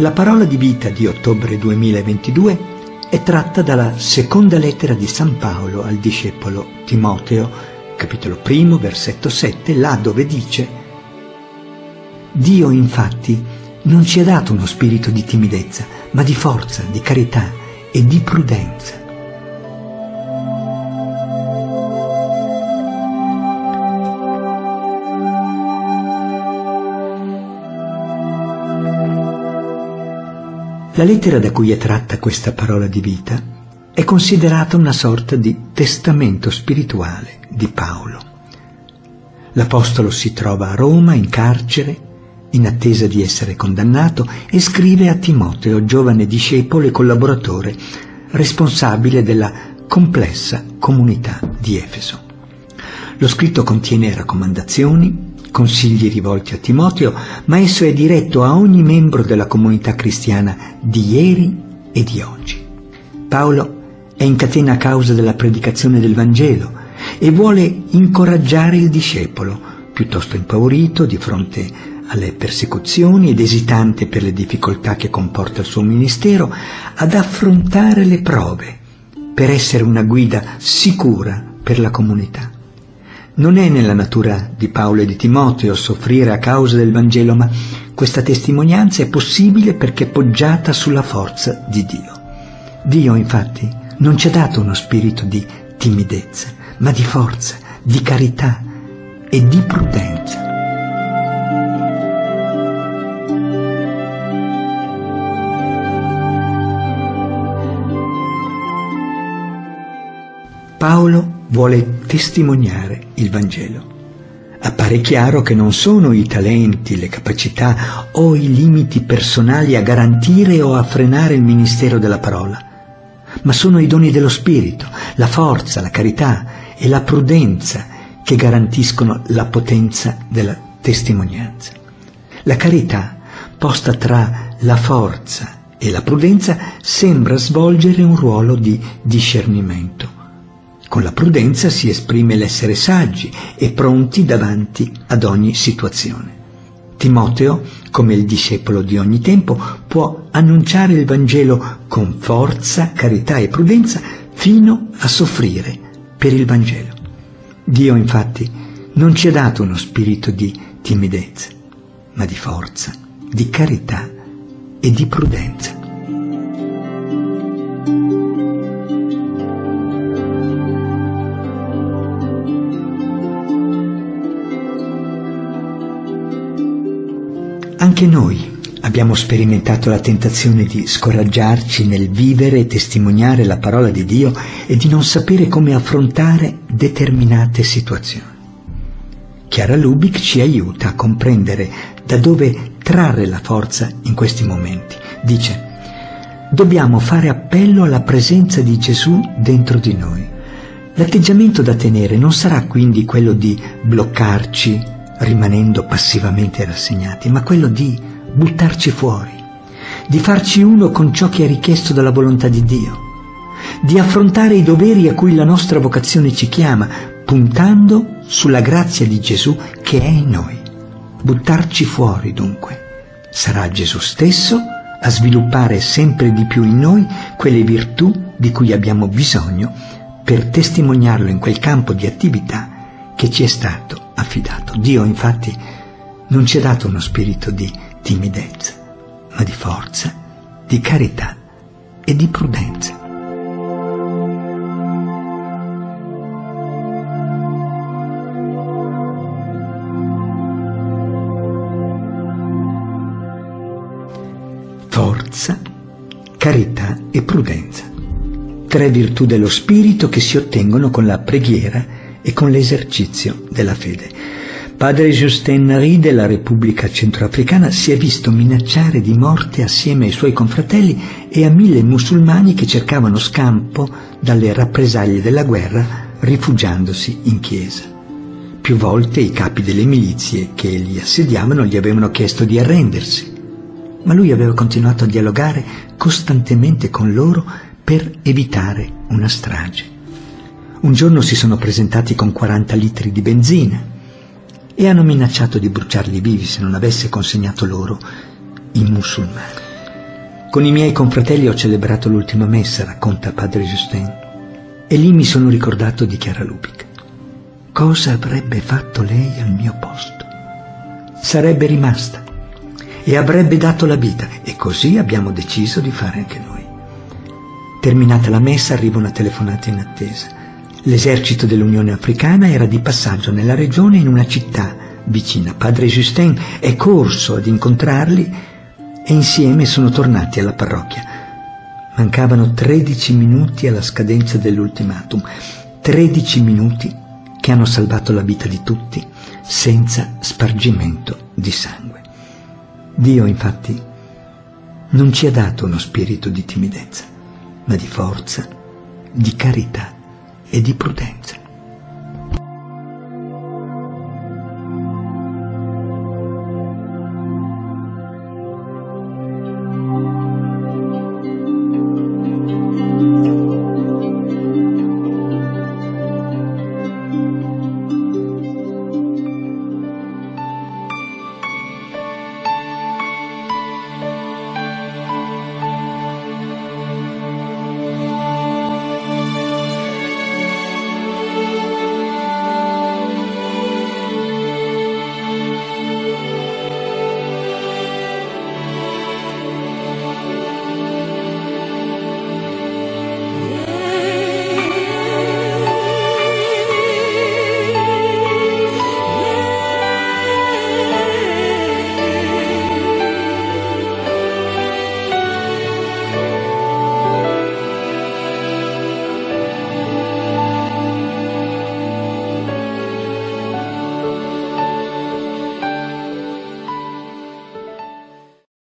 La parola di vita di ottobre 2022 è tratta dalla seconda lettera di San Paolo al discepolo Timoteo, capitolo 1, versetto 7, là dove dice: Dio infatti non ci ha dato uno spirito di timidezza, ma di forza, di carità e di prudenza. La lettera da cui è tratta questa parola di vita è considerata una sorta di testamento spirituale di Paolo. L'Apostolo si trova a Roma in carcere, in attesa di essere condannato, e scrive a Timoteo, giovane discepolo e collaboratore, responsabile della complessa comunità di Efeso. Lo scritto contiene raccomandazioni, consigli rivolti a Timoteo, ma esso è diretto a ogni membro della comunità cristiana di ieri e di oggi. Paolo è in catena a causa della predicazione del Vangelo e vuole incoraggiare il discepolo, piuttosto impaurito di fronte alle persecuzioni ed esitante per le difficoltà che comporta il suo ministero, ad affrontare le prove per essere una guida sicura per la comunità. Non è nella natura di Paolo e di Timoteo soffrire a causa del Vangelo, ma questa testimonianza è possibile perché poggiata sulla forza di Dio. Dio, infatti, non ci ha dato uno spirito di timidezza, ma di forza, di carità e di prudenza. Paolo vuole testimoniare il Vangelo. Appare chiaro che non sono i talenti, le capacità o i limiti personali a garantire o a frenare il ministero della parola, ma sono i doni dello Spirito, la forza, la carità e la prudenza che garantiscono la potenza della testimonianza. La carità, posta tra la forza e la prudenza, sembra svolgere un ruolo di discernimento. Con la prudenza si esprime l'essere saggi e pronti davanti ad ogni situazione. Timoteo, come il discepolo di ogni tempo, può annunciare il Vangelo con forza, carità e prudenza fino a soffrire per il Vangelo. Dio, infatti, non ci ha dato uno spirito di timidezza, ma di forza, di carità e di prudenza. Anche noi abbiamo sperimentato la tentazione di scoraggiarci nel vivere e testimoniare la parola di Dio e di non sapere come affrontare determinate situazioni. Chiara Lubick ci aiuta a comprendere da dove trarre la forza in questi momenti. Dice: dobbiamo fare appello alla presenza di Gesù dentro di noi. L'atteggiamento da tenere non sarà quindi quello di bloccarci rimanendo passivamente rassegnati, ma quello di buttarci fuori, di farci uno con ciò che è richiesto dalla volontà di Dio, di affrontare i doveri a cui la nostra vocazione ci chiama, puntando sulla grazia di Gesù che è in noi. Buttarci fuori, dunque, sarà Gesù stesso a sviluppare sempre di più in noi quelle virtù di cui abbiamo bisogno per testimoniarlo in quel campo di attività che ci è stato affidato. Dio, infatti, non ci ha dato uno spirito di timidezza, ma di forza, di carità e di prudenza. Forza, carità e prudenza. 3 virtù dello spirito che si ottengono con la preghiera e con l'esercizio della fede. Padre Justin Nari della Repubblica Centroafricana si è visto minacciare di morte assieme ai suoi confratelli e a 1000 musulmani che cercavano scampo dalle rappresaglie della guerra rifugiandosi in chiesa. Più volte i capi delle milizie che li assediavano gli avevano chiesto di arrendersi, ma lui aveva continuato a dialogare costantemente con loro per evitare una strage. Un giorno si sono presentati con 40 litri di benzina e hanno minacciato di bruciarli vivi se non avesse consegnato loro i musulmani. Con i miei confratelli ho celebrato l'ultima messa, racconta padre Justin, e lì mi sono ricordato di Chiara Lubick. Cosa avrebbe fatto lei al mio posto? Sarebbe rimasta e avrebbe dato la vita, e così abbiamo deciso di fare anche noi. Terminata la messa arriva una telefonata in attesa. L'esercito dell'Unione Africana era di passaggio nella regione in una città vicina. Padre Justin è corso ad incontrarli e insieme sono tornati alla parrocchia. Mancavano 13 minuti alla scadenza dell'ultimatum, 13 minuti che hanno salvato la vita di tutti senza spargimento di sangue. Dio, infatti, non ci ha dato uno spirito di timidezza, ma di forza, di carità e di prudenza.